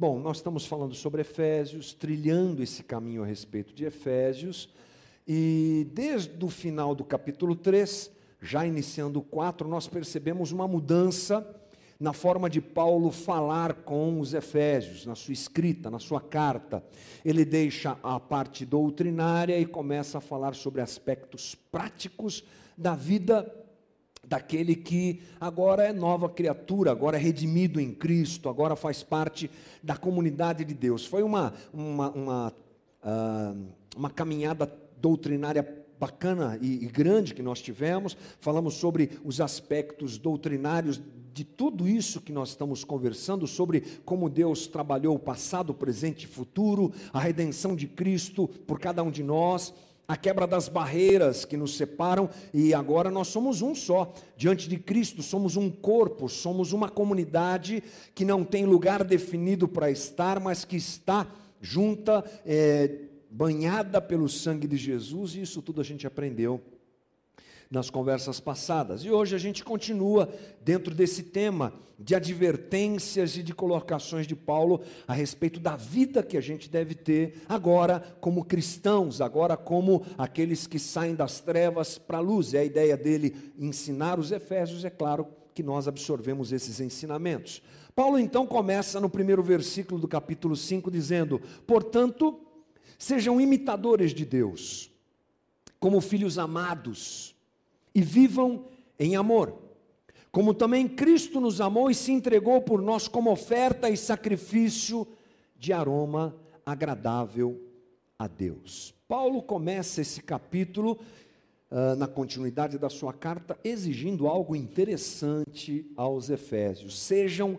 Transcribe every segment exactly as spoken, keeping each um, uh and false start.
Bom, nós estamos falando sobre Efésios, trilhando esse caminho a respeito de Efésios, e desde o final do capítulo três, já iniciando o quatro, nós percebemos uma mudança na forma de Paulo falar com os Efésios, na sua escrita, na sua carta. Ele deixa a parte doutrinária e começa a falar sobre aspectos práticos da vida daquele que agora é nova criatura, agora é redimido em Cristo, agora faz parte da comunidade de Deus. Foi uma, uma, uma, uh, uma caminhada doutrinária bacana e, e grande que nós tivemos. Falamos sobre os aspectos doutrinários de tudo isso que nós estamos conversando, sobre como Deus trabalhou o passado, presente e futuro, a redenção de Cristo por cada um de nós, a quebra das barreiras que nos separam, e agora nós somos um só, diante de Cristo, somos um corpo, somos uma comunidade que não tem lugar definido para estar, mas que está junta, é, banhada pelo sangue de Jesus, e isso tudo a gente aprendeu nas conversas passadas. E hoje a gente continua dentro desse tema de advertências e de colocações de Paulo a respeito da vida que a gente deve ter agora como cristãos, agora como aqueles que saem das trevas para a luz. É a ideia dele ensinar os Efésios, é claro que nós absorvemos esses ensinamentos. Paulo então começa no primeiro versículo do capítulo cinco dizendo: portanto, sejam imitadores de Deus, como filhos amados, e vivam em amor, como também Cristo nos amou e se entregou por nós como oferta e sacrifício de aroma agradável a Deus. Paulo começa esse capítulo, uh, na continuidade da sua carta, exigindo algo interessante aos Efésios: sejam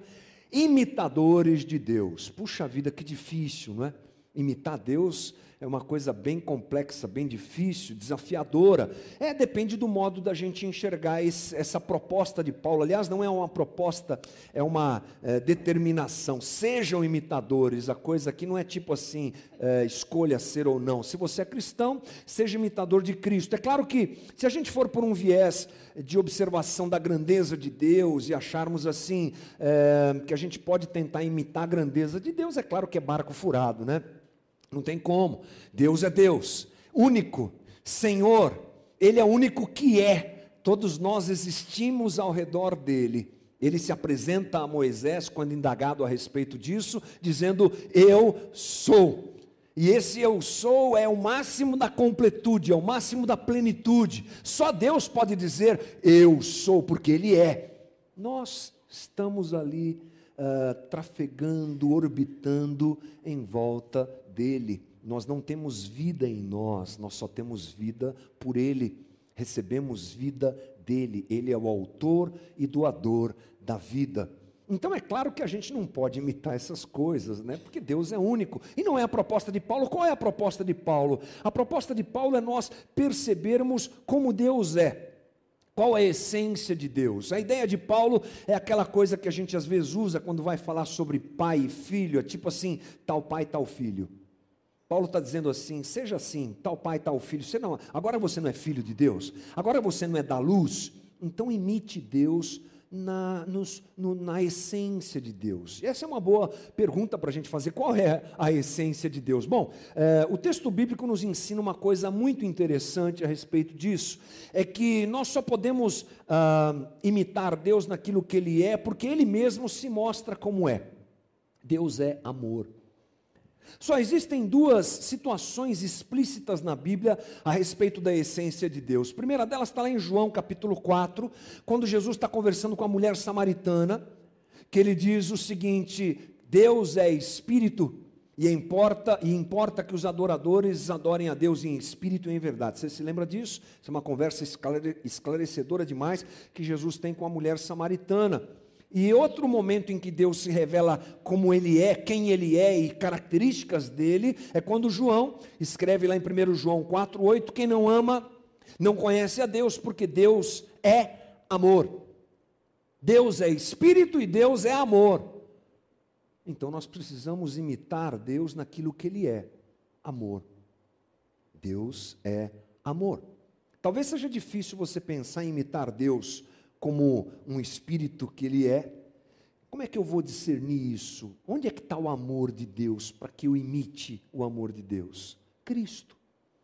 imitadores de Deus. Puxa vida, que difícil, não é? Imitar Deus é uma coisa bem complexa, bem difícil, desafiadora. É, depende do modo da gente enxergar esse, essa proposta de Paulo. Aliás, não é uma proposta, é uma é, determinação. Sejam imitadores. A coisa aqui não é tipo assim, é, escolha ser ou não. Se você é cristão, seja imitador de Cristo. É claro que, se a gente for por um viés de observação da grandeza de Deus e acharmos assim, é, que a gente pode tentar imitar a grandeza de Deus, é claro que é barco furado, né? Não tem como. Deus é Deus, único, Senhor, Ele é o único que é. Todos nós existimos ao redor dEle. Ele se apresenta a Moisés, quando indagado a respeito disso, dizendo: eu sou. E esse eu sou é o máximo da completude, é o máximo da plenitude. Só Deus pode dizer eu sou, porque Ele é. Nós estamos ali uh, trafegando, orbitando em volta dele. Nós não temos vida em nós, nós só temos vida por Ele, recebemos vida dele. Ele é o autor e doador da vida. Então é claro que a gente não pode imitar essas coisas, né? Porque Deus é único, e não é a proposta de Paulo. Qual é a proposta de Paulo? A proposta de Paulo é nós percebermos como Deus é. Qual é a essência de Deus? A ideia de Paulo é aquela coisa que a gente às vezes usa quando vai falar sobre pai e filho, é tipo assim, tal pai, tal filho. Paulo está dizendo assim: seja assim, tal pai, tal filho. Você não, agora você não é filho de Deus, agora você não é da luz, então imite Deus na, nos, no, na essência de Deus. E essa é uma boa pergunta para a gente fazer. Qual é a essência de Deus? Bom, é, o texto bíblico nos ensina uma coisa muito interessante a respeito disso, é que nós só podemos ah, imitar Deus naquilo que Ele é, porque Ele mesmo se mostra como é. Deus é amor. Só existem duas situações explícitas na Bíblia a respeito da essência de Deus. A primeira delas está lá em João capítulo quatro, quando Jesus está conversando com a mulher samaritana, que ele diz o seguinte: Deus é espírito, e importa, e importa que os adoradores adorem a Deus em espírito e em verdade. Você se lembra disso? Isso é uma conversa esclarecedora demais que Jesus tem com a mulher samaritana. E outro momento em que Deus se revela como Ele é, quem Ele é e características dEle, é quando João escreve lá em primeiro João quatro, oito, quem não ama, não conhece a Deus, porque Deus é amor. Deus é espírito e Deus é amor. Então nós precisamos imitar Deus naquilo que Ele é, amor. Deus é amor. Talvez seja difícil você pensar em imitar Deus como um espírito que Ele é, Como é que eu vou discernir isso? Onde é que está o amor de Deus para que eu imite o amor de Deus? Cristo.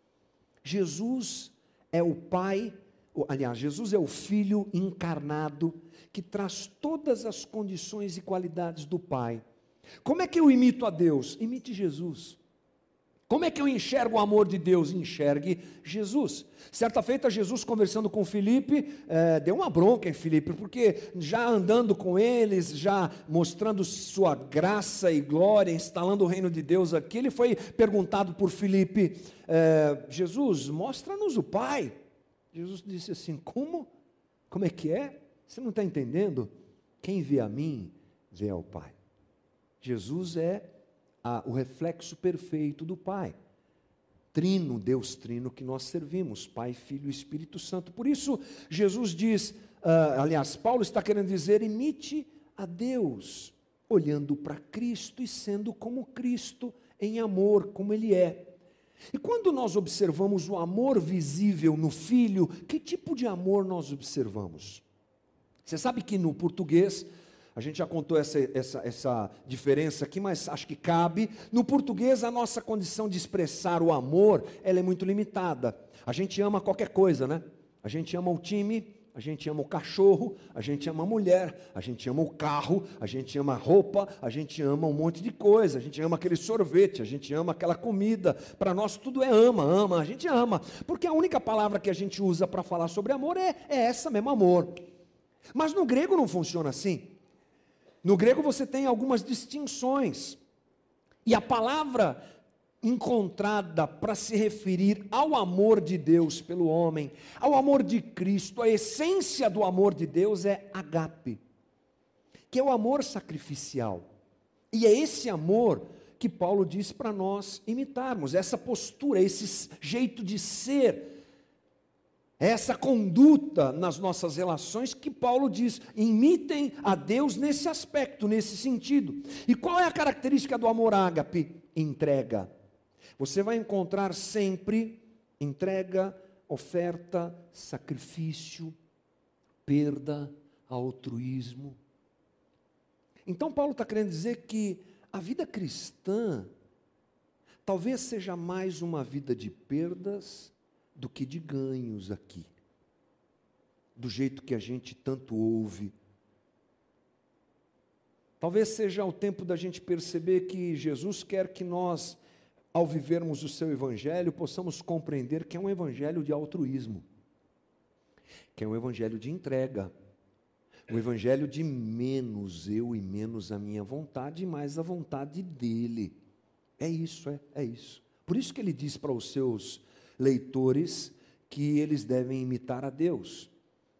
Jesus é o Pai, aliás, Jesus é o Filho encarnado que traz todas as condições e qualidades do Pai. Como é que eu imito a Deus? Imite Jesus. Como é que eu enxergo o amor de Deus? Enxergue Jesus. Certa feita, Jesus conversando com Filipe, eh, deu uma bronca em Filipe, porque já andando com eles, já mostrando sua graça e glória, instalando o reino de Deus aqui, ele foi perguntado por Filipe, eh, Jesus, mostra-nos o Pai. Jesus disse assim, como? Como é que é? Você não está entendendo? Quem vê a mim, vê ao Pai. Jesus é a, o reflexo perfeito do Pai. Trino, Deus trino que nós servimos, Pai, Filho e Espírito Santo. Por isso, Jesus diz, uh, aliás, Paulo está querendo dizer, imite a Deus, olhando para Cristo e sendo como Cristo em amor, como Ele é. E quando nós observamos o amor visível no Filho, que tipo de amor nós observamos? Você sabe que no português, a gente já contou essa, essa, essa diferença aqui, mas acho que cabe. No português, a nossa condição de expressar o amor, ela é muito limitada. A gente ama qualquer coisa, né? A gente ama o time, a gente ama o cachorro, a gente ama a mulher, a gente ama o carro, a gente ama a roupa, a gente ama um monte de coisa, a gente ama aquele sorvete, a gente ama aquela comida. Para nós tudo é ama, ama, a gente ama. Porque a única palavra que a gente usa para falar sobre amor é, é essa mesmo, amor. Mas no grego não funciona assim. No grego você tem algumas distinções, e a palavra encontrada para se referir ao amor de Deus pelo homem, ao amor de Cristo, a essência do amor de Deus é agape, que é o amor sacrificial, e é esse amor que Paulo diz para nós imitarmos, essa postura, esse jeito de ser, essa conduta nas nossas relações que Paulo diz, imitem a Deus nesse aspecto, nesse sentido. E qual é a característica do amor ágape? Entrega. Você vai encontrar sempre entrega, oferta, sacrifício, perda, altruísmo. Então Paulo está querendo dizer que a vida cristã talvez seja mais uma vida de perdas do que de ganhos aqui, do jeito que a gente tanto ouve. Talvez seja o tempo da gente perceber que Jesus quer que nós, ao vivermos o seu evangelho, possamos compreender que é um evangelho de altruísmo, que é um evangelho de entrega, um evangelho de menos eu e menos a minha vontade, e mais a vontade dele. É isso, é, é isso. Por isso que ele diz para os seus leitores que eles devem imitar a Deus.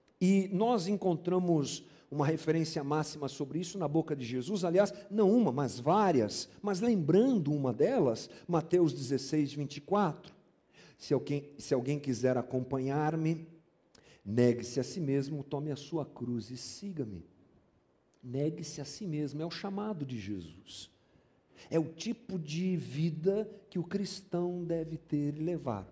E nós encontramos uma referência máxima sobre isso na boca de Jesus, aliás, não uma, mas várias, mas lembrando uma delas, Mateus dezesseis, vinte e quatro, se alguém, se alguém quiser acompanhar-me, negue-se a si mesmo, tome a sua cruz e siga-me. Negue-se a si mesmo, é o chamado de Jesus, é o tipo de vida que o cristão deve ter e levar.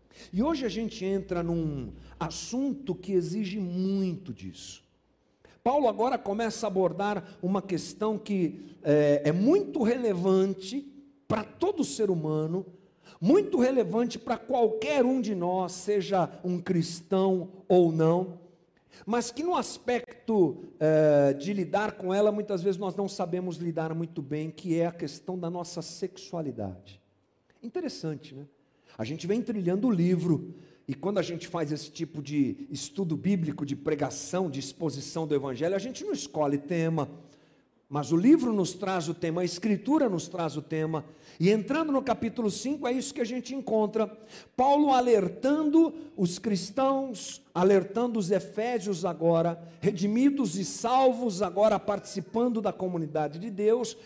E hoje a gente entra num assunto que exige muito disso. Paulo agora começa a abordar uma questão que é, é muito relevante para todo ser humano, muito relevante para qualquer um de nós, seja um cristão ou não, mas que no aspecto é, de lidar com ela, muitas vezes nós não sabemos lidar muito bem, que é a questão da nossa sexualidade. Interessante, né? A gente vem trilhando o livro, e quando a gente faz esse tipo de estudo bíblico, de pregação, de exposição do Evangelho, a gente não escolhe tema, mas o livro nos traz o tema, a Escritura nos traz o tema, e entrando no capítulo cinco, é isso que a gente encontra, Paulo alertando os cristãos, alertando os efésios agora, redimidos e salvos agora participando da comunidade de Deus,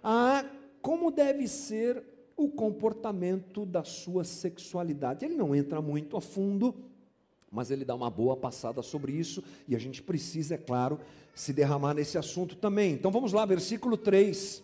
a como deve ser o comportamento da sua sexualidade. Ele não entra muito a fundo, mas ele dá uma boa passada sobre isso, e a gente precisa, é claro, se derramar nesse assunto também. Então vamos lá, versículo três.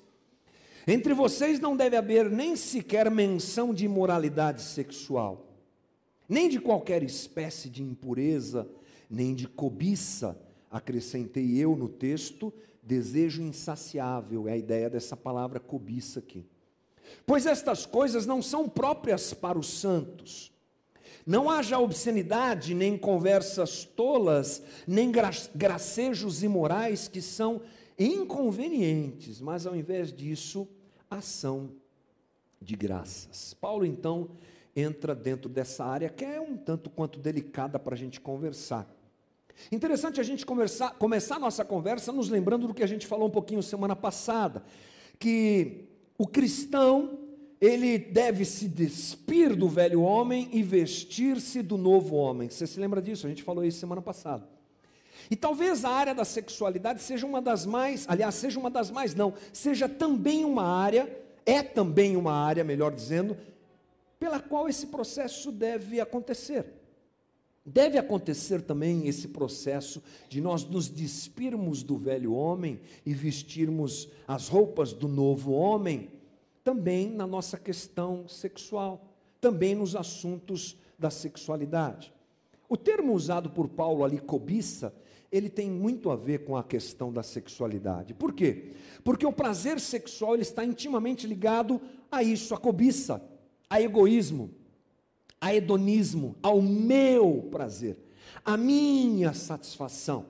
Entre vocês não deve haver nem sequer menção de imoralidade sexual, nem de qualquer espécie de impureza, nem de cobiça, acrescentei eu no texto, desejo insaciável, é a ideia dessa palavra cobiça aqui. Pois estas coisas não são próprias para os santos. Não haja obscenidade, nem conversas tolas, nem gra gracejos imorais que são inconvenientes, mas ao invés disso, ação de graças. Paulo então entra dentro dessa área que é um tanto quanto delicada para a gente conversar. Interessante a gente conversar, começar a nossa conversa nos lembrando do que a gente falou um pouquinho semana passada, que o cristão, ele deve se despir do velho homem e vestir-se do novo homem. Você se lembra disso? A gente falou isso semana passada. E talvez a área da sexualidade seja uma das mais, aliás, seja uma das mais, não, seja também uma área, é também uma área, melhor dizendo, pela qual esse processo deve acontecer. Deve acontecer também esse processo de nós nos despirmos do velho homem e vestirmos as roupas do novo homem, também na nossa questão sexual, também nos assuntos da sexualidade. O termo usado por Paulo ali, cobiça, ele tem muito a ver com a questão da sexualidade. Por quê? Porque o prazer sexual ele está intimamente ligado a isso, a cobiça, a egoísmo, a hedonismo, ao meu prazer, a minha satisfação.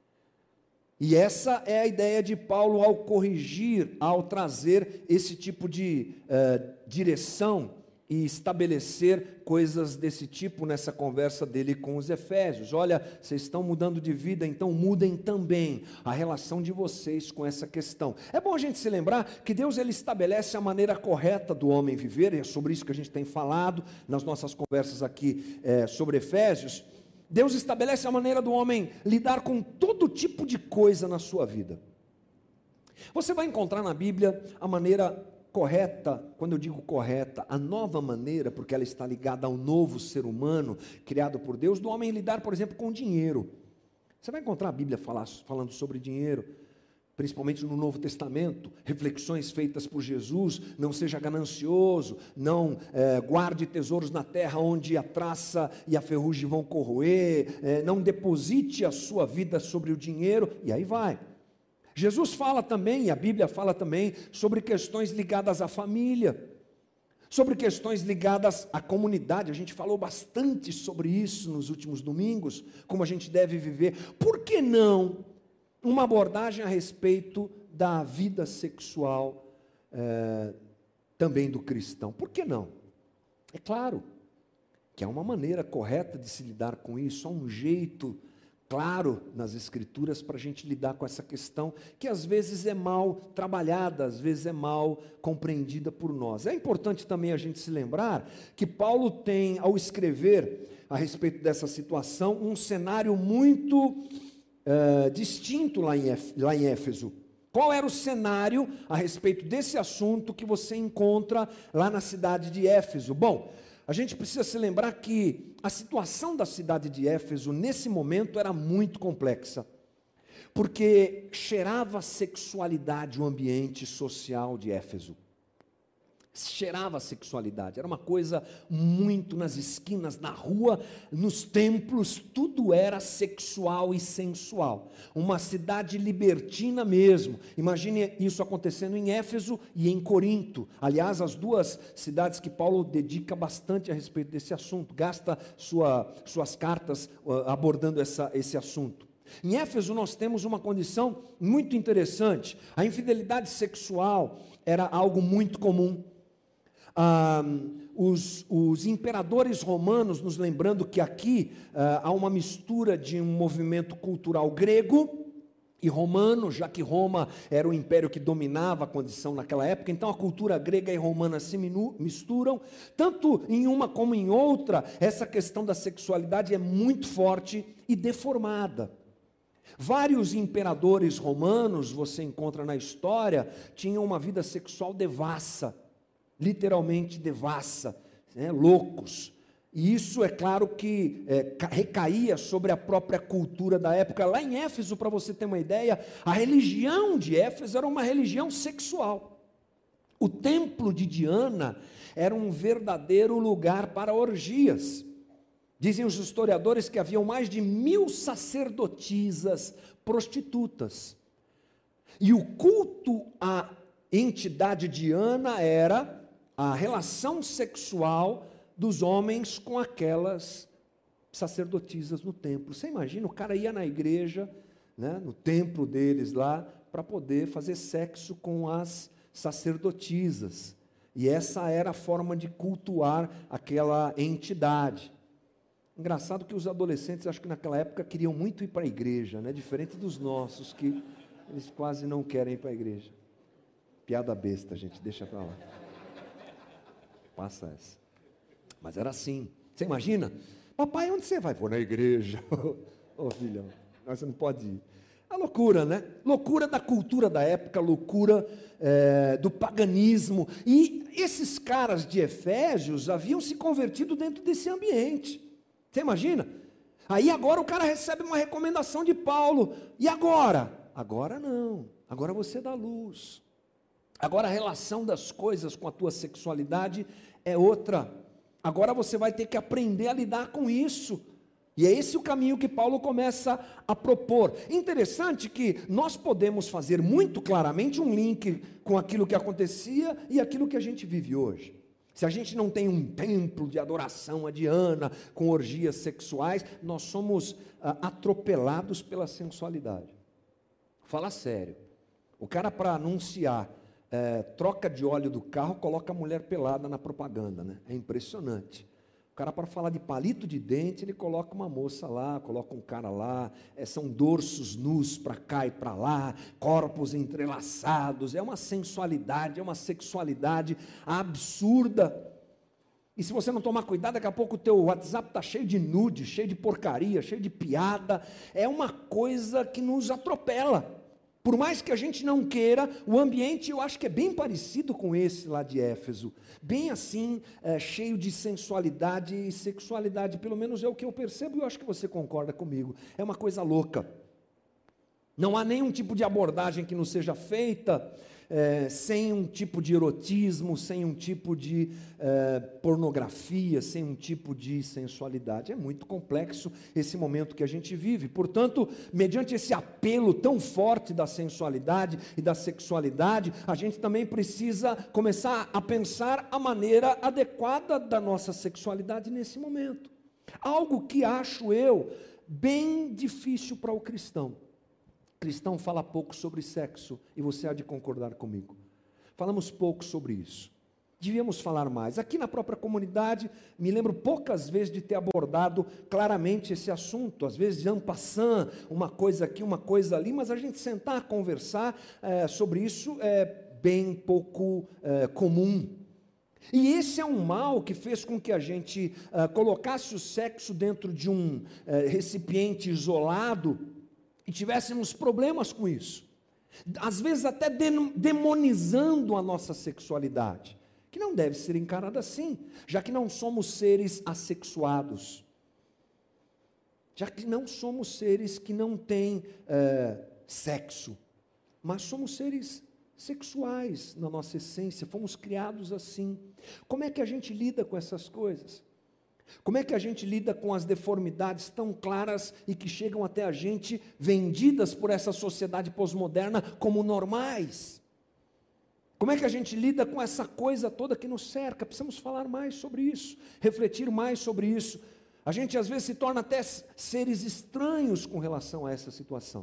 E essa é a ideia de Paulo ao corrigir, ao trazer esse tipo de uh, direção e estabelecer coisas desse tipo nessa conversa dele com os Efésios. Olha, vocês estão mudando de vida, então mudem também a relação de vocês com essa questão. É bom a gente se lembrar que Deus ele estabelece a maneira correta do homem viver, e é sobre isso que a gente tem falado nas nossas conversas aqui é, sobre Efésios. Deus estabelece a maneira do homem lidar com todo tipo de coisa na sua vida. Você vai encontrar na Bíblia a maneira correta, quando eu digo correta, a nova maneira, porque ela está ligada ao novo ser humano, criado por Deus, do homem lidar, por exemplo, com dinheiro. Você vai encontrar a Bíblia falar, falando sobre dinheiro, principalmente no Novo Testamento, reflexões feitas por Jesus, não seja ganancioso, não é, guarde tesouros na terra onde a traça e a ferrugem vão corroer, é, não deposite a sua vida sobre o dinheiro, e aí vai. Jesus fala também, e a Bíblia fala também, sobre questões ligadas à família, sobre questões ligadas à comunidade. A gente falou bastante sobre isso nos últimos domingos, como a gente deve viver. Por que não uma abordagem a respeito da vida sexual é, também do cristão? Por que não? É claro que há uma maneira correta de se lidar com isso, há um jeito claro nas Escrituras para a gente lidar com essa questão que às vezes é mal trabalhada, às vezes é mal compreendida por nós. É importante também a gente se lembrar que Paulo tem, ao escrever a respeito dessa situação, um cenário muito uh, distinto lá em, lá em Éfeso. Qual era o cenário a respeito desse assunto que você encontra lá na cidade de Éfeso? Bom, a gente precisa se lembrar que a situação da cidade de Éfeso, nesse momento, era muito complexa, porque cheirava sexualidade o ambiente social de Éfeso. Cheirava sexualidade, era uma coisa muito nas esquinas, na rua, nos templos, tudo era sexual e sensual. Uma cidade libertina mesmo. Imagine isso acontecendo em Éfeso e em Corinto. Aliás, as duas cidades que Paulo dedica bastante a respeito desse assunto, gasta sua, suas cartas uh, abordando essa, esse assunto. Em Éfeso nós temos uma condição muito interessante. A infidelidade sexual era algo muito comum. Ah, os, os imperadores romanos, nos lembrando que aqui ah, há uma mistura de um movimento cultural grego e romano, já que Roma era o império que dominava a condição naquela época, então a cultura grega e romana se misturam, tanto em uma como em outra, essa questão da sexualidade é muito forte e deformada. Vários imperadores romanos, você encontra na história, tinham uma vida sexual devassa, literalmente devassa, né, loucos. E isso é claro que é, recaía sobre a própria cultura da época. Lá em Éfeso, para você ter uma ideia, a religião de Éfeso era uma religião sexual. O templo de Diana era um verdadeiro lugar para orgias. Dizem os historiadores que haviam mais de mil sacerdotisas prostitutas. E o culto à entidade Diana era a relação sexual dos homens com aquelas sacerdotisas no templo. Você imagina, o cara ia na igreja, né, no templo deles lá, para poder fazer sexo com as sacerdotisas. E essa era a forma de cultuar aquela entidade. Engraçado que os adolescentes, acho que naquela época, queriam muito ir para a igreja, né? Diferente dos nossos, que eles quase não querem ir para a igreja. Piada besta, gente, deixa para lá. Passa essa. Mas era assim. Você imagina? Papai, onde você vai? Vou na igreja. Ô oh, filhão, você não pode ir. A loucura, né? Loucura da cultura da época, loucura é, do paganismo. E esses caras de Efésios haviam se convertido dentro desse ambiente. Você imagina? Aí agora o cara recebe uma recomendação de Paulo. E agora? Agora não. Agora você dá luz. Agora a relação das coisas com a tua sexualidade é outra. Agora você vai ter que aprender a lidar com isso. E é esse o caminho que Paulo começa a propor. Interessante que nós podemos fazer muito claramente um link com aquilo que acontecia e aquilo que a gente vive hoje. Se a gente não tem um templo de adoração a Diana, com orgias sexuais, nós somos ah, atropelados pela sensualidade. Fala sério. O cara, para anunciar é, troca de óleo do carro, coloca a mulher pelada na propaganda, né? É impressionante. O cara, para falar de palito de dente, ele coloca uma moça lá, coloca um cara lá, é, são dorsos nus para cá e para lá, corpos entrelaçados, é uma sensualidade, é uma sexualidade absurda. E se você não tomar cuidado, daqui a pouco o teu WhatsApp está cheio de nude, cheio de porcaria, cheio de piada, é uma coisa que nos atropela. Por mais que a gente não queira, o ambiente eu acho que é bem parecido com esse lá de Éfeso. Bem assim, é, cheio de sensualidade e sexualidade. Pelo menos é o que eu percebo e eu acho que você concorda comigo. É uma coisa louca. Não há nenhum tipo de abordagem que não seja feita é, sem um tipo de erotismo, sem um tipo de é, pornografia, sem um tipo de sensualidade. É muito complexo esse momento que a gente vive. Portanto, mediante esse apelo tão forte da sensualidade e da sexualidade, a gente também precisa começar a pensar a maneira adequada da nossa sexualidade nesse momento. Algo que acho eu bem difícil para o cristão. O cristão fala pouco sobre sexo, e você há de concordar comigo. Falamos pouco sobre isso. Devíamos falar mais. Aqui na própria comunidade, me lembro poucas vezes de ter abordado claramente esse assunto, às vezes en passant, uma coisa aqui, uma coisa ali, mas a gente sentar a conversar é, sobre isso é bem pouco é, comum. E esse é um mal que fez com que a gente uh, colocasse o sexo dentro de um uh, recipiente isolado e tivéssemos problemas com isso. Às vezes até demonizando a nossa sexualidade, que não deve ser encarada assim, já que não somos seres assexuados, já que não somos seres que não têm uh, sexo, mas somos seres sexuais na nossa essência, fomos criados assim. Como é que a gente lida com essas coisas? Como é que a gente lida com as deformidades tão claras e que chegam até a gente, vendidas por essa sociedade pós-moderna como normais? Como é que a gente lida com essa coisa toda que nos cerca? Precisamos falar mais sobre isso, refletir mais sobre isso. A gente às vezes se torna até seres estranhos com relação a essa situação.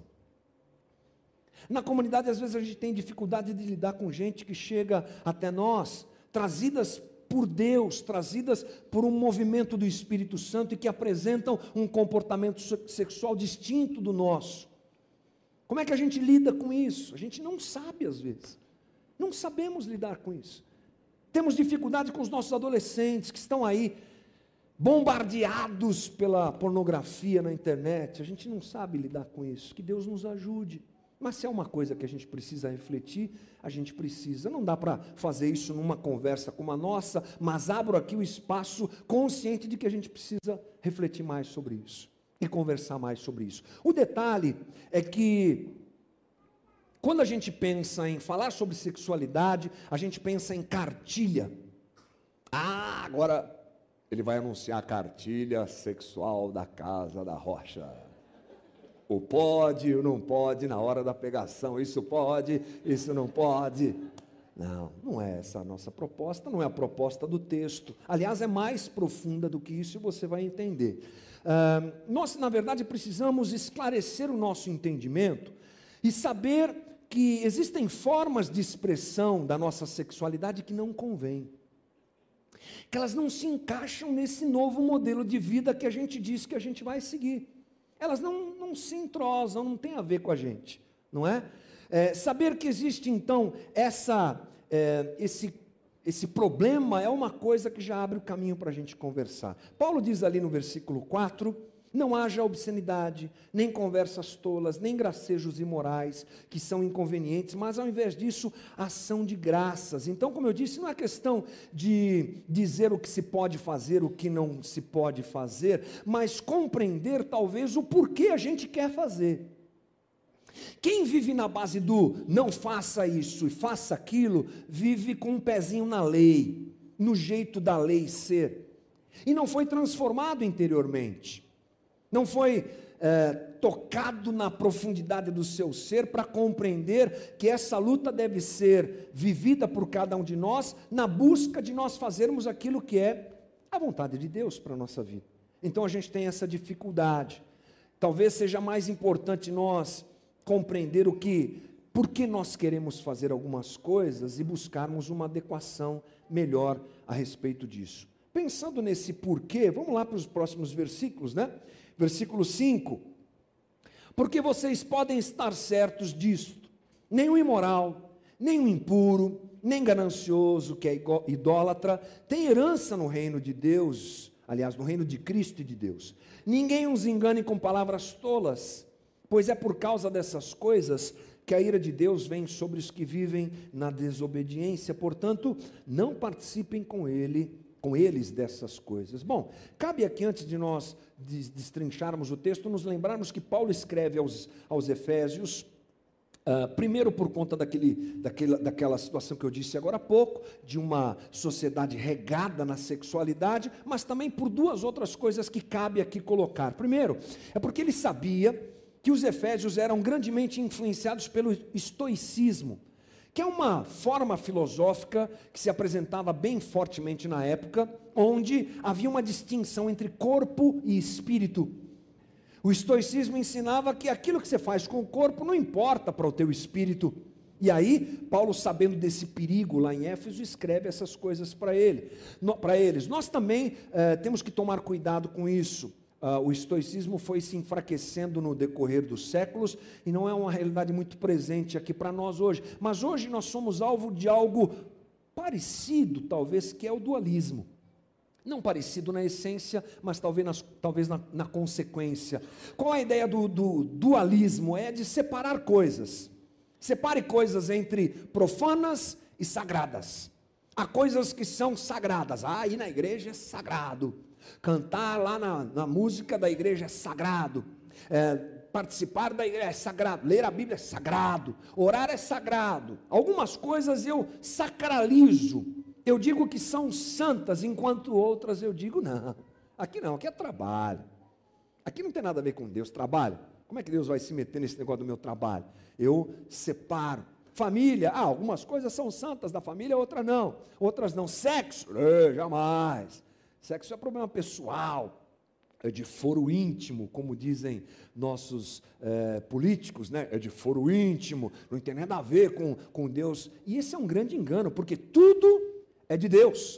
Na comunidade, às vezes, a gente tem dificuldade de lidar com gente que chega até nós, trazidas por Deus, trazidas por um movimento do Espírito Santo e que apresentam um comportamento sexual distinto do nosso. Como é que a gente lida com isso? A gente não sabe, às vezes. Não sabemos lidar com isso. Temos dificuldade com os nossos adolescentes que estão aí, bombardeados pela pornografia na internet. A gente não sabe lidar com isso. Que Deus nos ajude. Mas se é uma coisa que a gente precisa refletir, a gente precisa. Não dá para fazer isso numa conversa como a nossa, mas abro aqui o espaço consciente de que a gente precisa refletir mais sobre isso e conversar mais sobre isso. O detalhe é que quando a gente pensa em falar sobre sexualidade, a gente pensa em cartilha. Ah, agora ele vai anunciar a cartilha sexual da Casa da Rocha. O pode, o não pode na hora da pegação, isso pode, isso não pode. Não, não é essa a nossa proposta, não é a proposta do texto. Aliás, é mais profunda do que isso e você vai entender. Uh, nós, na verdade, precisamos esclarecer o nosso entendimento e saber que existem formas de expressão da nossa sexualidade que não convêm, que elas não se encaixam nesse novo modelo de vida que a gente diz que a gente vai seguir. Elas não, não se entrosam, não tem a ver com a gente, não é? É saber que existe, então, essa, é, esse, esse problema é uma coisa que já abre o caminho para a gente conversar. Paulo diz ali no versículo quatro, não haja obscenidade, nem conversas tolas, nem gracejos imorais, que são inconvenientes, mas ao invés disso, ação de graças. Então, como eu disse, não é questão de dizer o que se pode fazer, o que não se pode fazer, mas compreender talvez o porquê a gente quer fazer. Quem vive na base do não faça isso e faça aquilo, vive com um pezinho na lei, no jeito da lei ser, e não foi transformado interiormente. Não foi é, tocado na profundidade do seu ser para compreender que essa luta deve ser vivida por cada um de nós na busca de nós fazermos aquilo que é a vontade de Deus para a nossa vida. Então a gente tem essa dificuldade. Talvez seja mais importante nós compreender o que, por que nós queremos fazer algumas coisas e buscarmos uma adequação melhor a respeito disso. Pensando nesse porquê, vamos lá para os próximos versículos, né? Versículo cinco, porque vocês podem estar certos disto, nem o imoral, nem o impuro, nem ganancioso, que é idólatra, tem herança no reino de Deus, aliás, no reino de Cristo e de Deus. Ninguém os engane com palavras tolas, pois é por causa dessas coisas que a ira de Deus vem sobre os que vivem na desobediência, portanto, não participem com ele, com eles dessas coisas. Bom, cabe aqui, antes de nós destrincharmos o texto, nos lembrarmos que Paulo escreve aos, aos Efésios, uh, primeiro por conta daquele, daquela, daquela situação que eu disse agora há pouco, de uma sociedade regada na sexualidade, mas também por duas outras coisas que cabe aqui colocar. Primeiro, é porque ele sabia que os Efésios eram grandemente influenciados pelo estoicismo, que é uma forma filosófica que se apresentava bem fortemente na época, onde havia uma distinção entre corpo e espírito. O estoicismo ensinava que aquilo que você faz com o corpo não importa para o teu espírito. E aí, Paulo, sabendo desse perigo lá em Éfeso, escreve essas coisas para ele, para eles. Nós também eh, temos que tomar cuidado com isso. Uh, o estoicismo foi se enfraquecendo no decorrer dos séculos e não é uma realidade muito presente aqui para nós hoje. Mas hoje nós somos alvo de algo parecido, talvez, que é o dualismo. Não parecido na essência, mas talvez, nas, talvez na, na consequência. Qual é a ideia do, do dualismo? É de separar coisas. Separe coisas entre profanas e sagradas. Há coisas que são sagradas. Ah, ir na igreja é sagrado. Cantar lá na, na música da igreja é sagrado, é, participar da igreja é sagrado, ler a Bíblia é sagrado, orar é sagrado. Algumas coisas eu sacralizo, eu digo que são santas, enquanto outras eu digo não, aqui não, aqui é trabalho, aqui não tem nada a ver com Deus, trabalho. Como é que Deus vai se meter nesse negócio do meu trabalho? Eu separo. Família, ah, algumas coisas são santas da família, outras não, outras não. Sexo, é, jamais. Sexo é problema pessoal, é de foro íntimo, como dizem nossos é, políticos, né? É de foro íntimo, não tem nada a ver com, com Deus. E esse é um grande engano, porque tudo é de Deus.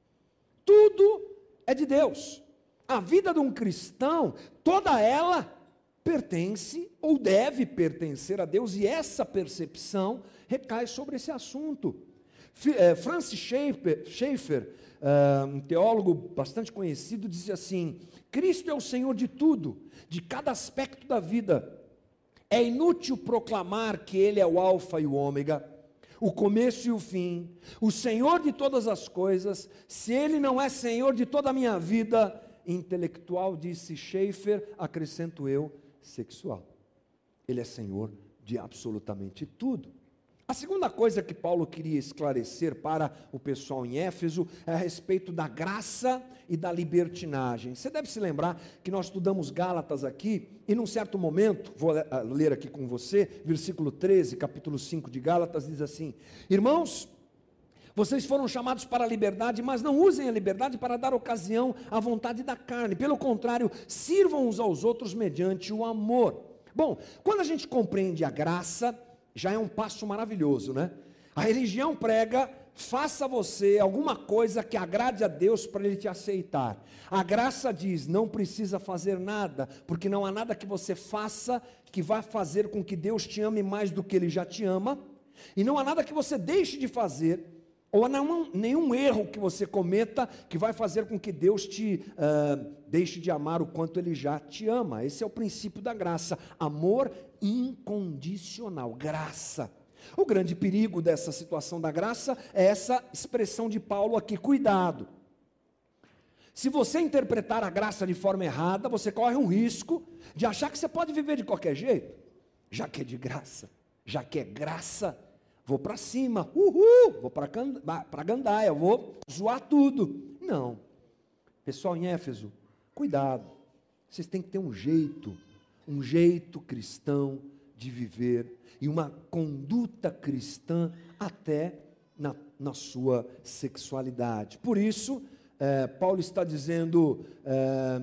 Tudo é de Deus. A vida de um cristão, toda ela pertence ou deve pertencer a Deus, e essa percepção recai sobre esse assunto. Francis Schaeffer, Schaeffer uh, um teólogo bastante conhecido, dizia assim: Cristo é o Senhor de tudo, de cada aspecto da vida. É inútil proclamar que Ele é o alfa e o ômega, o começo e o fim, o Senhor de todas as coisas, se Ele não é Senhor de toda a minha vida. Intelectual, disse Schaeffer, acrescento eu, sexual. Ele é Senhor de absolutamente tudo. A segunda coisa que Paulo queria esclarecer para o pessoal em Éfeso é a respeito da graça e da libertinagem. Você deve se lembrar que nós estudamos Gálatas aqui, e num certo momento, vou ler aqui com você, versículo treze, capítulo cinco de Gálatas, diz assim: irmãos, vocês foram chamados para a liberdade, mas não usem a liberdade para dar ocasião à vontade da carne. Pelo contrário, sirvam uns aos outros mediante o amor. Bom, quando a gente compreende a graça, já é um passo maravilhoso, né? A religião prega: faça você alguma coisa que agrade a Deus para Ele te aceitar. A graça diz: não precisa fazer nada, porque não há nada que você faça que vá fazer com que Deus te ame mais do que Ele já te ama, e não há nada que você deixe de fazer, ou não, nenhum erro que você cometa que vai fazer com que Deus te uh, deixe de amar o quanto Ele já te ama. Esse é o princípio da graça, amor incondicional, graça. O grande perigo dessa situação da graça é essa expressão de Paulo aqui: cuidado. Se você interpretar a graça de forma errada, você corre um risco de achar que você pode viver de qualquer jeito, já que é de graça, já que é graça. Vou para cima, uhul, vou para a gandaia, vou zoar tudo. Não. Pessoal em Éfeso, cuidado. Vocês têm que ter um jeito, um jeito cristão de viver, e uma conduta cristã até na, na sua sexualidade. Por isso, eh, Paulo está dizendo, eh,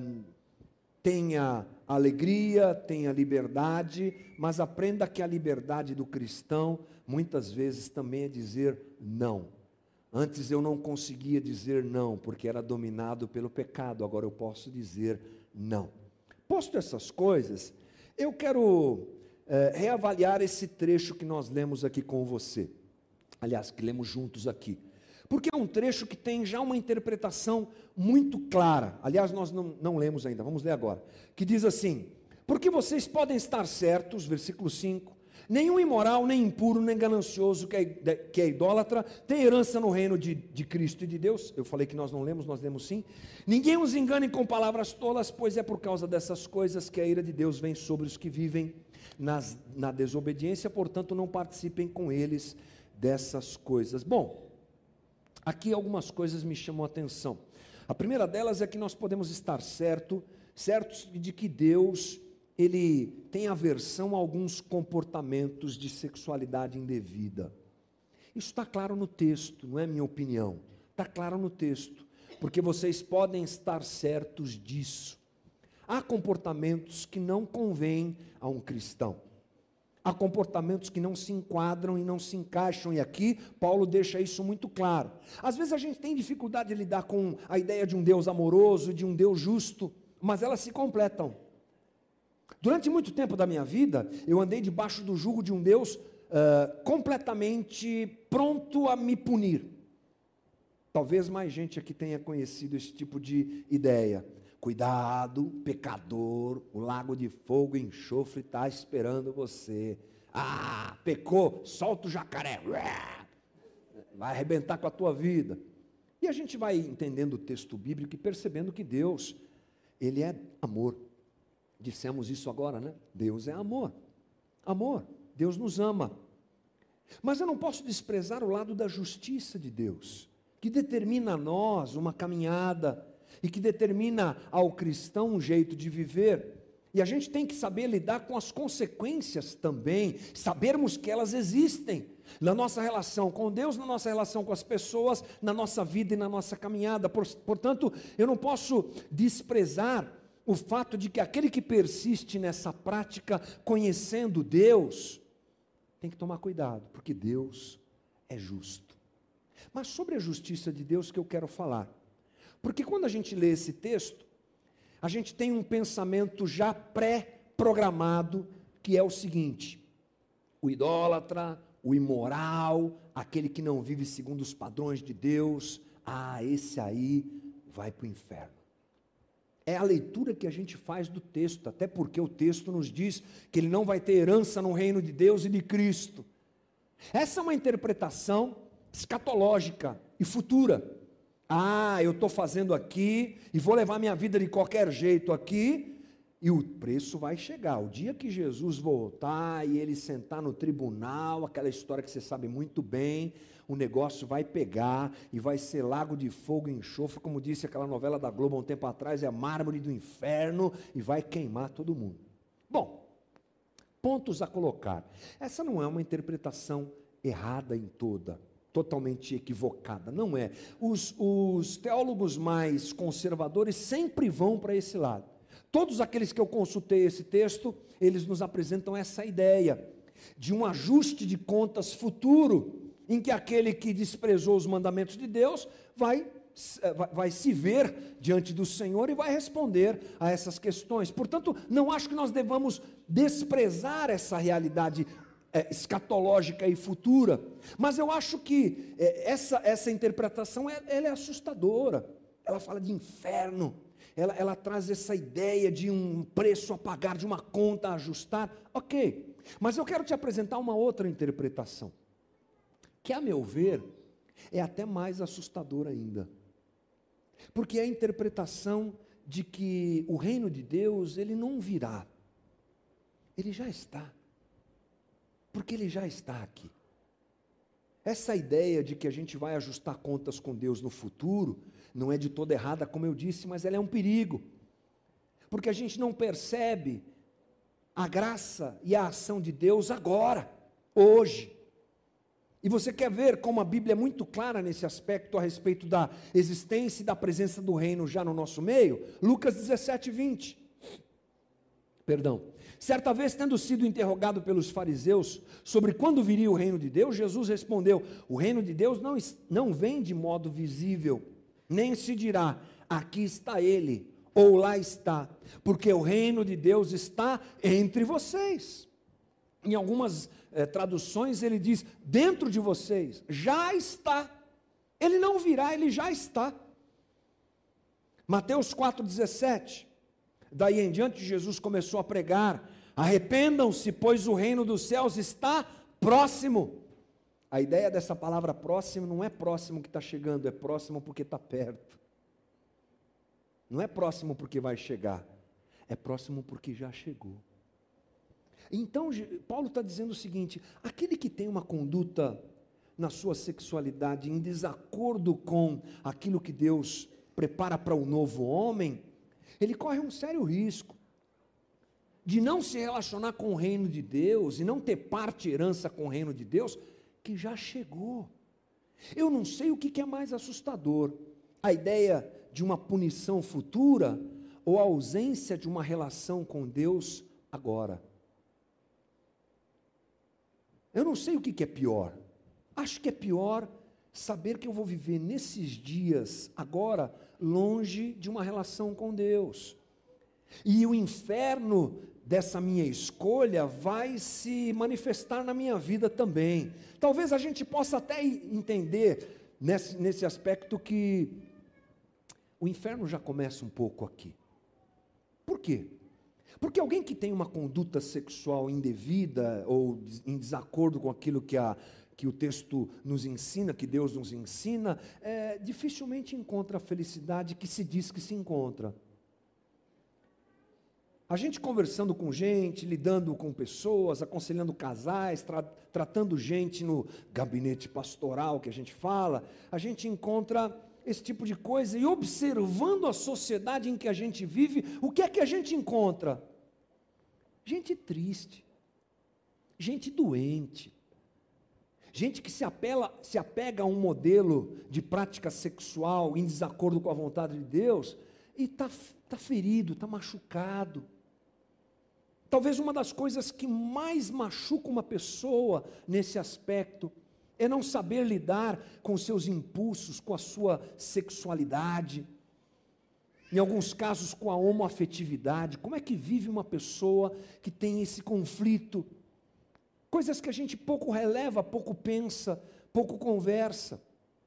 tenha alegria, tenha liberdade, mas aprenda que a liberdade do cristão muitas vezes também é dizer não. Antes eu não conseguia dizer não, porque era dominado pelo pecado, agora eu posso dizer não. Posto essas coisas, eu quero é, reavaliar esse trecho que nós lemos aqui com você. Aliás, que lemos juntos aqui. Porque é um trecho que tem já uma interpretação muito clara. Aliás, nós não, não lemos ainda, vamos ler agora. Que diz assim: porque vocês podem estar certos, versículo cinco, nenhum imoral, nem impuro, nem ganancioso que é, que é idólatra tem herança no reino de, de Cristo e de Deus. Eu falei que nós não lemos, nós lemos sim. Ninguém os engane com palavras tolas, pois é por causa dessas coisas que a ira de Deus vem sobre os que vivem nas, na desobediência, portanto não participem com eles dessas coisas. Bom, aqui algumas coisas me chamam a atenção. A primeira delas é que nós podemos estar certo, certos de que Deus, Ele tem aversão a alguns comportamentos de sexualidade indevida. Isso está claro no texto, não é minha opinião. Está claro no texto, porque vocês podem estar certos disso. Há comportamentos que não convêm a um cristão. Há comportamentos que não se enquadram e não se encaixam, e aqui Paulo deixa isso muito claro. Às vezes a gente tem dificuldade de lidar com a ideia de um Deus amoroso, de um Deus justo, mas elas se completam. Durante muito tempo da minha vida, eu andei debaixo do jugo de um Deus uh, completamente pronto a me punir. Talvez mais gente aqui tenha conhecido esse tipo de ideia. Cuidado, pecador, o lago de fogo e enxofre está esperando você. Ah, pecou, solta o jacaré, vai arrebentar com a tua vida. E a gente vai entendendo o texto bíblico e percebendo que Deus, Ele é amor. Dissemos isso agora, né? Deus é amor. Amor, Deus nos ama. Mas eu não posso desprezar o lado da justiça de Deus, que determina a nós uma caminhada, e que determina ao cristão um jeito de viver, e a gente tem que saber lidar com as consequências também, sabermos que elas existem, na nossa relação com Deus, na nossa relação com as pessoas, na nossa vida e na nossa caminhada. Portanto, eu não posso desprezar o fato de que aquele que persiste nessa prática, conhecendo Deus, tem que tomar cuidado, porque Deus é justo. Mas sobre a justiça de Deus que eu quero falar, porque quando a gente lê esse texto, a gente tem um pensamento já pré-programado, que é o seguinte: o idólatra, o imoral, aquele que não vive segundo os padrões de Deus, ah, esse aí vai para o inferno. É a leitura que a gente faz do texto, até porque o texto nos diz que ele não vai ter herança no reino de Deus e de Cristo. Essa é uma interpretação escatológica e futura. Ah, eu estou fazendo aqui, e vou levar minha vida de qualquer jeito aqui, E o preço vai chegar. O dia que Jesus voltar e ele sentar no tribunal, aquela história que você sabe muito bem, o negócio vai pegar e vai ser lago de fogo e enxofre, como disse aquela novela da Globo há um tempo atrás, é mármore do inferno e vai queimar todo mundo. Bom, pontos a colocar. Essa não é uma interpretação errada em toda, totalmente equivocada, não é. Os, os teólogos mais conservadores sempre vão para esse lado. Todos aqueles que eu consultei esse texto, eles nos apresentam essa ideia de um ajuste de contas futuro, em que aquele que desprezou os mandamentos de Deus vai, vai, vai se ver diante do Senhor e vai responder a essas questões. Portanto, não acho que nós devamos desprezar essa realidade é, escatológica e futura, mas eu acho que é, essa, essa interpretação é, ela é assustadora. Ela fala de inferno. Ela, ela traz essa ideia de um preço a pagar, de uma conta a ajustar. Ok, mas eu quero te apresentar uma outra interpretação, que a meu ver, é até mais assustadora ainda. Porque é a interpretação de que o reino de Deus, ele não virá. Ele já está. Porque ele já está aqui. Essa ideia de que a gente vai ajustar contas com Deus no futuro, não é de toda errada, como eu disse, mas ela é um perigo. Porque a gente não percebe a graça e a ação de Deus agora, hoje. E você quer ver como a Bíblia é muito clara nesse aspecto a respeito da existência e da presença do reino já no nosso meio? Lucas dezessete, vinte. Perdão. Certa vez, tendo sido interrogado pelos fariseus sobre quando viria o reino de Deus, Jesus respondeu: o reino de Deus não, não vem de modo visível, nem se dirá, aqui está ele, ou lá está, porque o reino de Deus está entre vocês. Em algumas eh, traduções ele diz, dentro de vocês, já está. Ele não virá, ele já está. Mateus quatro, dezessete. Daí em diante Jesus começou a pregar, arrependam-se, pois o reino dos céus está próximo. A ideia dessa palavra próximo não é próximo que está chegando, é próximo porque está perto. Não é próximo porque vai chegar, é próximo porque já chegou. Então Paulo está dizendo o seguinte, aquele que tem uma conduta na sua sexualidade em desacordo com aquilo que Deus prepara para o novo homem, ele corre um sério risco de não se relacionar com o reino de Deus e não ter parte e herança com o reino de Deus, que já chegou. Eu não sei o que é mais assustador, a ideia de uma punição futura ou a ausência de uma relação com Deus agora. Eu não sei o que é pior. Acho que é pior saber que eu vou viver nesses dias, agora, longe de uma relação com Deus. E o inferno dessa minha escolha vai se manifestar na minha vida também. Talvez a gente possa até entender nesse, nesse aspecto que o inferno já começa um pouco aqui. Por quê? Porque alguém que tem uma conduta sexual indevida ou em desacordo com aquilo que, a, que o texto nos ensina, que Deus nos ensina, é, dificilmente encontra a felicidade que se diz que se encontra. A gente conversando com gente, lidando com pessoas, aconselhando casais, tra, tratando gente no gabinete pastoral que a gente fala, a gente encontra esse tipo de coisa e observando a sociedade em que a gente vive, o que é que a gente encontra? Gente triste, gente doente, gente que se, apela, se apega a um modelo de prática sexual em desacordo com a vontade de Deus e está tá ferido, está machucado. Talvez uma das coisas que mais machuca uma pessoa nesse aspecto é não saber lidar com seus impulsos, com a sua sexualidade, em alguns casos com a homoafetividade. Como é que vive uma pessoa que tem esse conflito? Coisas que a gente pouco releva, pouco pensa, pouco conversa.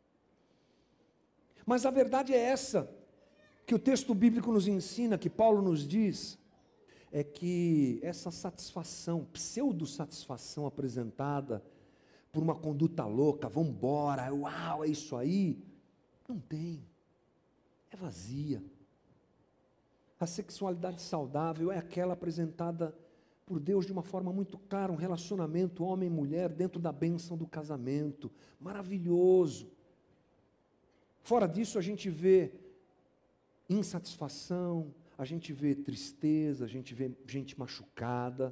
Mas a verdade é essa, que o texto bíblico nos ensina, que Paulo nos diz, é que essa satisfação, pseudo-satisfação apresentada por uma conduta louca, vamos embora, uau, é isso aí, não tem, é vazia. A sexualidade saudável é aquela apresentada por Deus de uma forma muito clara, um relacionamento homem e mulher dentro da bênção do casamento, maravilhoso. Fora disso a gente vê insatisfação, a gente vê tristeza, a gente vê gente machucada,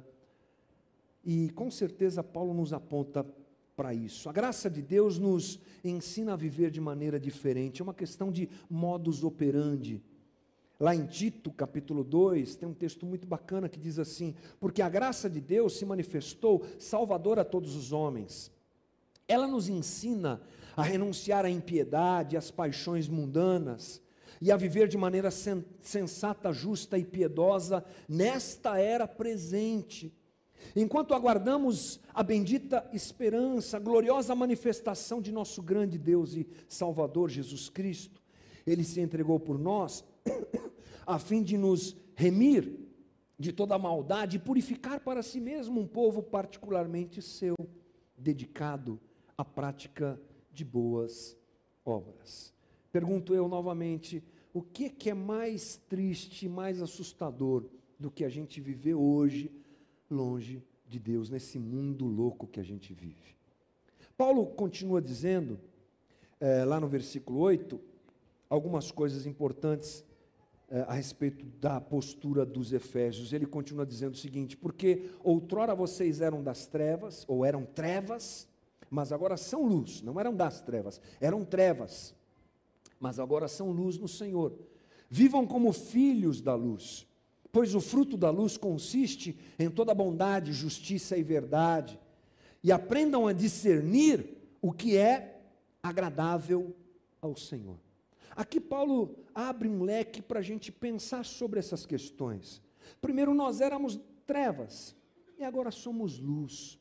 e com certeza Paulo nos aponta para isso. A graça de Deus nos ensina a viver de maneira diferente, é uma questão de modus operandi. Lá em Tito, capítulo dois, tem um texto muito bacana que diz assim: porque a graça de Deus se manifestou salvadora a todos os homens. Ela nos ensina a renunciar à impiedade, às paixões mundanas, e a viver de maneira sen- sensata, justa e piedosa nesta era presente, enquanto aguardamos a bendita esperança, a gloriosa manifestação de nosso grande Deus e Salvador Jesus Cristo. Ele se entregou por nós, a fim de nos remir de toda a maldade e purificar para si mesmo um povo particularmente seu, dedicado à prática de boas obras. Pergunto eu novamente, o que, que é mais triste, mais assustador do que a gente viver hoje longe de Deus, nesse mundo louco que a gente vive? Paulo continua dizendo, é, lá no versículo oito, algumas coisas importantes é, a respeito da postura dos efésios. Ele continua dizendo o seguinte: porque outrora vocês eram das trevas, ou eram trevas, mas agora são luz. Não eram das trevas, eram trevas, mas agora são luz no Senhor. Vivam como filhos da luz, pois o fruto da luz consiste em toda bondade, justiça e verdade, e aprendam a discernir o que é agradável ao Senhor. Aqui Paulo abre um leque para a gente pensar sobre essas questões. Primeiro, nós éramos trevas, e agora somos luz.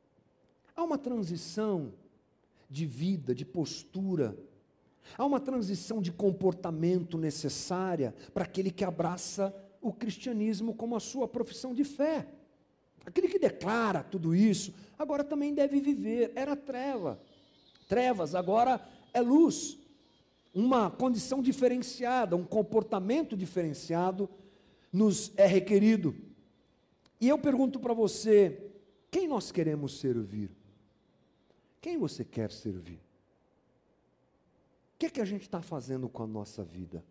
Há uma transição de vida, de postura, há uma transição de comportamento necessária para aquele que abraça o cristianismo como a sua profissão de fé. Aquele que declara tudo isso, agora também deve viver. Era treva, trevas, agora é luz. Uma condição diferenciada, um comportamento diferenciado nos é requerido. E eu pergunto para você, quem nós queremos servir? Quem você quer servir? O que é que a gente está fazendo com a nossa vida?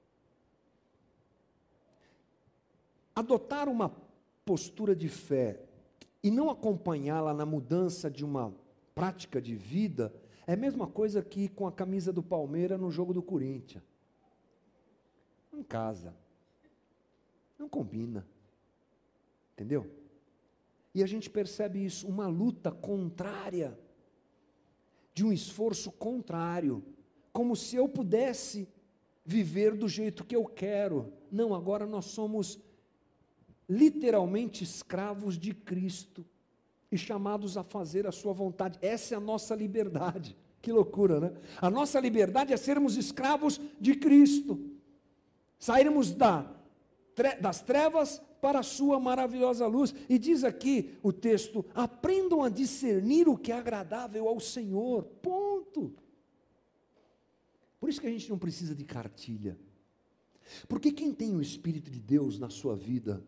Adotar uma postura de fé e não acompanhá-la na mudança de uma prática de vida é a mesma coisa que com a camisa do Palmeiras no jogo do Corinthians. Não casa. Não combina. Entendeu? E a gente percebe isso, uma luta contrária, de um esforço contrário, como se eu pudesse viver do jeito que eu quero. Não, agora nós somos literalmente escravos de Cristo e chamados a fazer a sua vontade. Essa é a nossa liberdade. Que loucura, né? A nossa liberdade é sermos escravos de Cristo, sairmos da, das trevas para a sua maravilhosa luz. E diz aqui o texto: aprendam a discernir o que é agradável ao Senhor. Ponto. Por isso que a gente não precisa de cartilha, porque quem tem o Espírito de Deus na sua vida,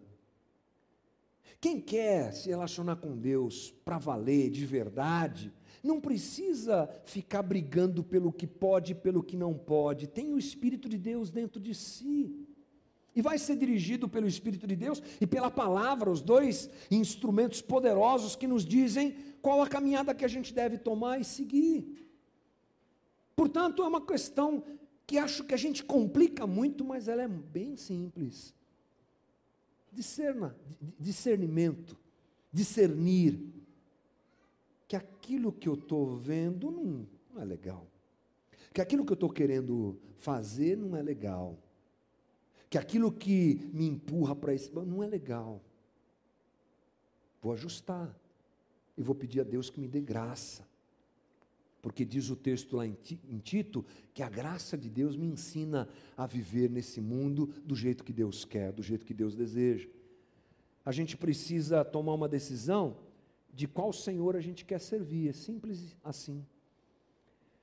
quem quer se relacionar com Deus para valer, de verdade, não precisa ficar brigando pelo que pode e pelo que não pode. Tem o Espírito de Deus dentro de si. E vai ser dirigido pelo Espírito de Deus e pela palavra, os dois instrumentos poderosos que nos dizem qual a caminhada que a gente deve tomar e seguir. Portanto, é uma questão que acho que a gente complica muito, mas ela é bem simples. Discerna, discernimento, discernir que aquilo que eu estou vendo não, não é legal, que aquilo que eu estou querendo fazer não é legal, que aquilo que me empurra para esse não é legal. Vou ajustar e vou pedir a Deus que me dê graça, porque diz o texto lá em Tito que a graça de Deus me ensina a viver nesse mundo do jeito que Deus quer, do jeito que Deus deseja. A gente precisa tomar uma decisão de qual Senhor a gente quer servir, é simples assim.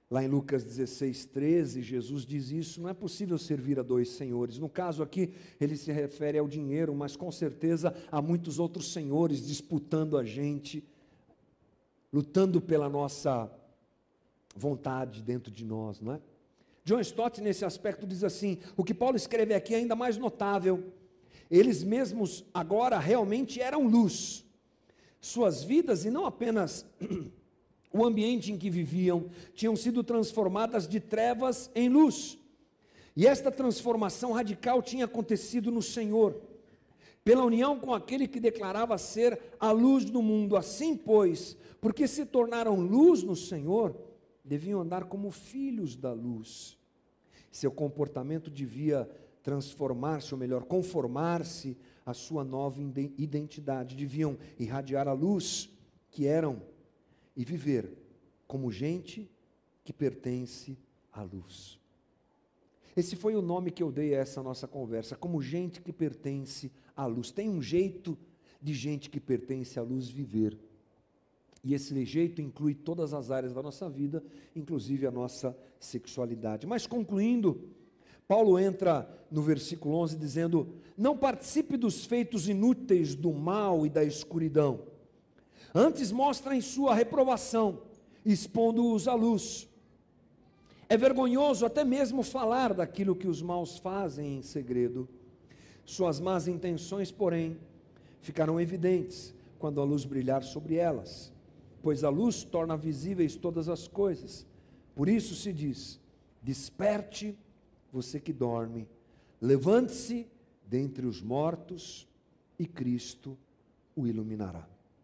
Lá em Lucas dezesseis, treze, Jesus diz isso: não é possível servir a dois senhores. No caso aqui, ele se refere ao dinheiro, mas com certeza há muitos outros senhores disputando a gente, lutando pela nossa vontade dentro de nós, não é? John Stott, nesse aspecto, diz assim: o que Paulo escreve aqui é ainda mais notável. Eles mesmos agora realmente eram luz. Suas vidas, e não apenas o ambiente em que viviam, tinham sido transformadas de trevas em luz. E esta transformação radical tinha acontecido no Senhor, pela união com aquele que declarava ser a luz do mundo. Assim, pois, porque se tornaram luz no Senhor, deviam andar como filhos da luz. Seu comportamento devia transformar-se, ou melhor, conformar-se à sua nova identidade. Deviam irradiar a luz que eram e viver como gente que pertence à luz. Esse foi o nome que eu dei a essa nossa conversa, como gente que pertence à luz. Tem um jeito de gente que pertence à luz viver. E esse jeito inclui todas as áreas da nossa vida, inclusive a nossa sexualidade. Mas concluindo, Paulo entra no versículo onze dizendo: não participe dos feitos inúteis do mal e da escuridão. Antes mostrem sua reprovação, expondo-os à luz. É vergonhoso até mesmo falar daquilo que os maus fazem em segredo. Suas más intenções, porém, ficarão evidentes quando a luz brilhar sobre elas, pois a luz torna visíveis todas as coisas. Por isso se diz: desperte, você que dorme, levante-se dentre os mortos, e Cristo o iluminará.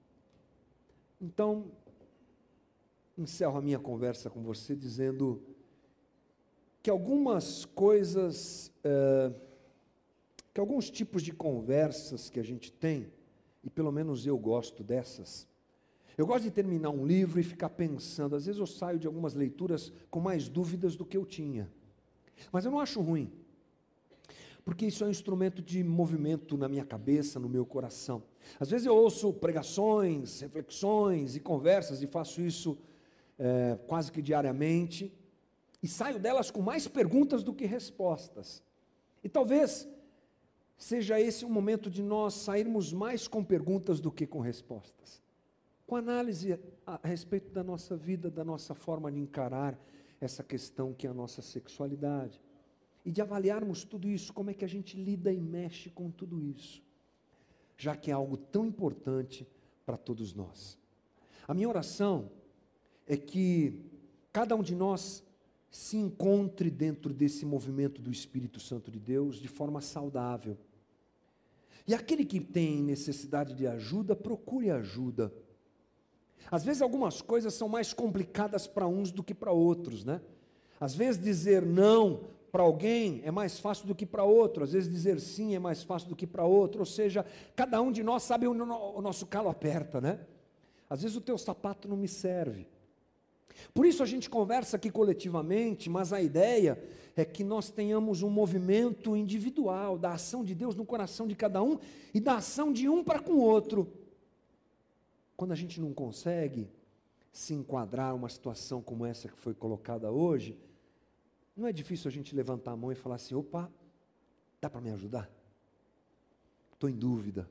Então, encerro a minha conversa com você dizendo que algumas coisas, é, que alguns tipos de conversas que a gente tem, e pelo menos eu gosto dessas, eu gosto de terminar um livro e ficar pensando. Às vezes eu saio de algumas leituras com mais dúvidas do que eu tinha, mas eu não acho ruim, porque isso é um instrumento de movimento na minha cabeça, no meu coração. Às vezes eu ouço pregações, reflexões e conversas, e faço isso é, quase que diariamente, e saio delas com mais perguntas do que respostas. E talvez seja esse um momento de nós sairmos mais com perguntas do que com respostas, com análise a respeito da nossa vida, da nossa forma de encarar essa questão que é a nossa sexualidade, e de avaliarmos tudo isso, como é que a gente lida e mexe com tudo isso, já que é algo tão importante para todos nós. A minha oração é que cada um de nós se encontre dentro desse movimento do Espírito Santo de Deus de forma saudável. E aquele que tem necessidade de ajuda, procure ajuda. Às vezes algumas coisas são mais complicadas para uns do que para outros, né? Às vezes dizer não para alguém é mais fácil do que para outro, às vezes dizer sim é mais fácil do que para outro, ou seja, cada um de nós sabe onde o nosso calo aperta, né? Às vezes o teu sapato não me serve. Por isso a gente conversa aqui coletivamente, mas a ideia é que nós tenhamos um movimento individual, da ação de Deus no coração de cada um, e da ação de um para com o outro. Quando a gente não consegue se enquadrar uma situação como essa que foi colocada hoje, não é difícil a gente levantar a mão e falar assim: opa, dá para me ajudar? Estou em dúvida,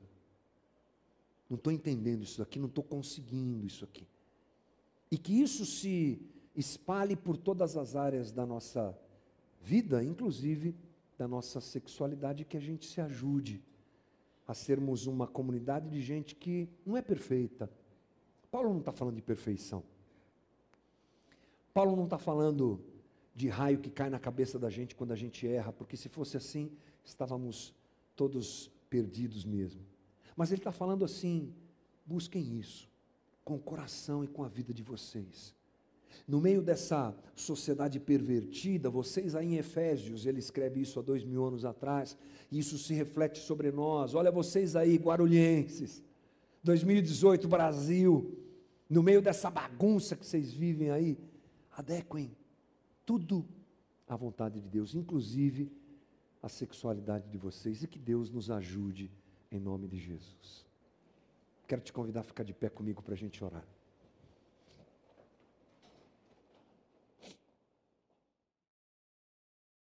não estou entendendo isso aqui, não estou conseguindo isso aqui. E que isso se espalhe por todas as áreas da nossa vida, inclusive da nossa sexualidade, que a gente se ajude a sermos uma comunidade de gente que não é perfeita. Paulo não está falando de perfeição. Paulo não está falando de raio que cai na cabeça da gente quando a gente erra, porque se fosse assim, estávamos todos perdidos mesmo. Mas ele está falando assim: busquem isso com o coração e com a vida de vocês. No meio dessa sociedade pervertida, vocês aí em Efésios, ele escreve isso há dois mil anos atrás, e isso se reflete sobre nós. Olha vocês aí, guarulhenses, dois mil e dezoito, Brasil, no meio dessa bagunça que vocês vivem aí, adequem tudo à vontade de Deus, inclusive a sexualidade de vocês, e que Deus nos ajude em nome de Jesus. Quero te convidar a ficar de pé comigo para a gente orar.